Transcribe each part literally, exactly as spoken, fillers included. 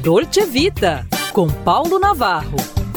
Dolce Vita, com Paulo Navarro.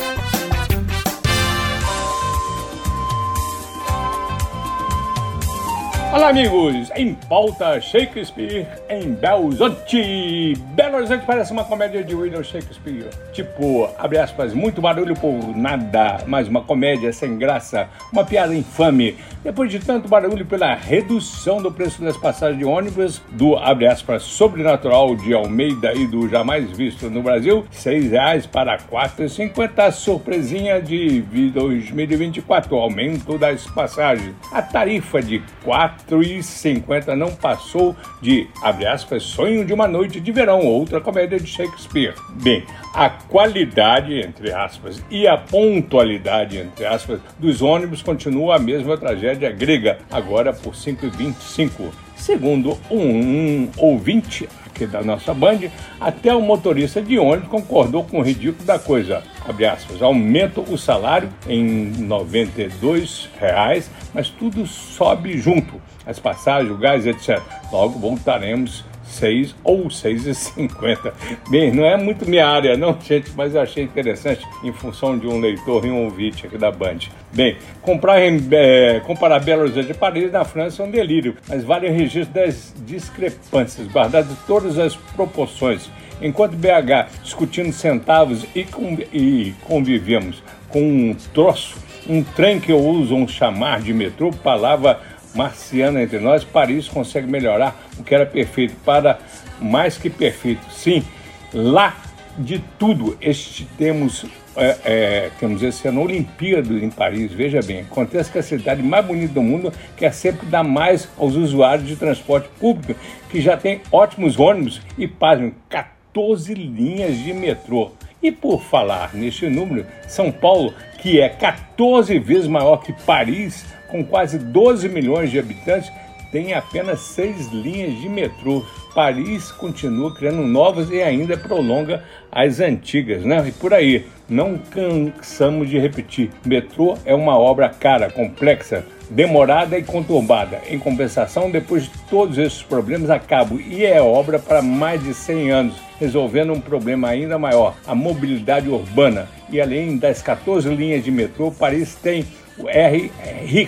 Olá, amigos! Em pauta, Shakespeare em Belo Horizonte. Belo Horizonte parece uma comédia de William Shakespeare. Tipo, abre aspas, muito barulho por nada, mas uma comédia sem graça, uma piada infame. Depois de tanto barulho pela redução do preço das passagens de ônibus, do, abre aspas, sobrenatural de Almeida e do jamais visto no Brasil, seis reais para quatro reais e cinquenta centavos, surpresinha de dois mil e vinte e quatro, aumento das passagens. A tarifa de quatro reais e cinquenta centavos não passou de, abre aspas, sonho de uma noite de verão, outra comédia de Shakespeare. Bem, a qualidade, entre aspas, e a pontualidade, entre aspas, dos ônibus continua a mesma tragédia grega, agora por cinco reais e vinte e cinco centavos. Segundo um, um ouvinte aqui da nossa Band, até o motorista de ônibus concordou com o ridículo da coisa. Abre aspas, aumenta o salário em noventa e dois reais, mas tudo sobe junto, as passagens, o gás, etcétera. Logo voltaremos seis ou seis reais e cinquenta centavos. Bem, não é muito minha área não, gente, mas eu achei interessante em função de um leitor e um ouvinte aqui da Band. Bem, comprar em, é, comparar Belo Horizonte e Paris na França é um delírio, mas vale o registro das discrepâncias, guardadas todas as proporções. Enquanto B H discutindo centavos e, conv- e convivemos com um troço, um trem que ousam chamar de metrô, palavra marciana entre nós, Paris consegue melhorar o que era perfeito para mais que perfeito. Sim, lá de tudo, este temos, é, é, temos esse ano Olimpíada em Paris, veja bem, acontece que a cidade mais bonita do mundo quer sempre dar mais aos usuários de transporte público, que já tem ótimos ônibus e pasmem, quatorze linhas de metrô. E por falar neste número, São Paulo, que é quatorze vezes maior que Paris, com quase doze milhões de habitantes, tem apenas seis linhas de metrô. Paris continua criando novas e ainda prolonga as antigas, né? E por aí, não cansamos de repetir, metrô é uma obra cara, complexa, demorada e conturbada. Em compensação, depois de todos esses problemas, acabam e é obra para mais de cem anos, resolvendo um problema ainda maior, a mobilidade urbana. E além das quatorze linhas de metrô, Paris tem o R E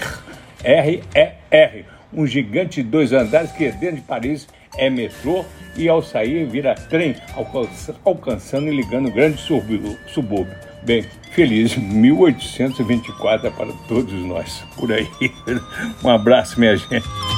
R, um gigante de dois andares que dentro de Paris é metrô e ao sair vira trem, alcançando e ligando o grande subúrbio. Bem, feliz mil oitocentos e vinte e quatro para todos nós por aí. Um abraço, minha gente.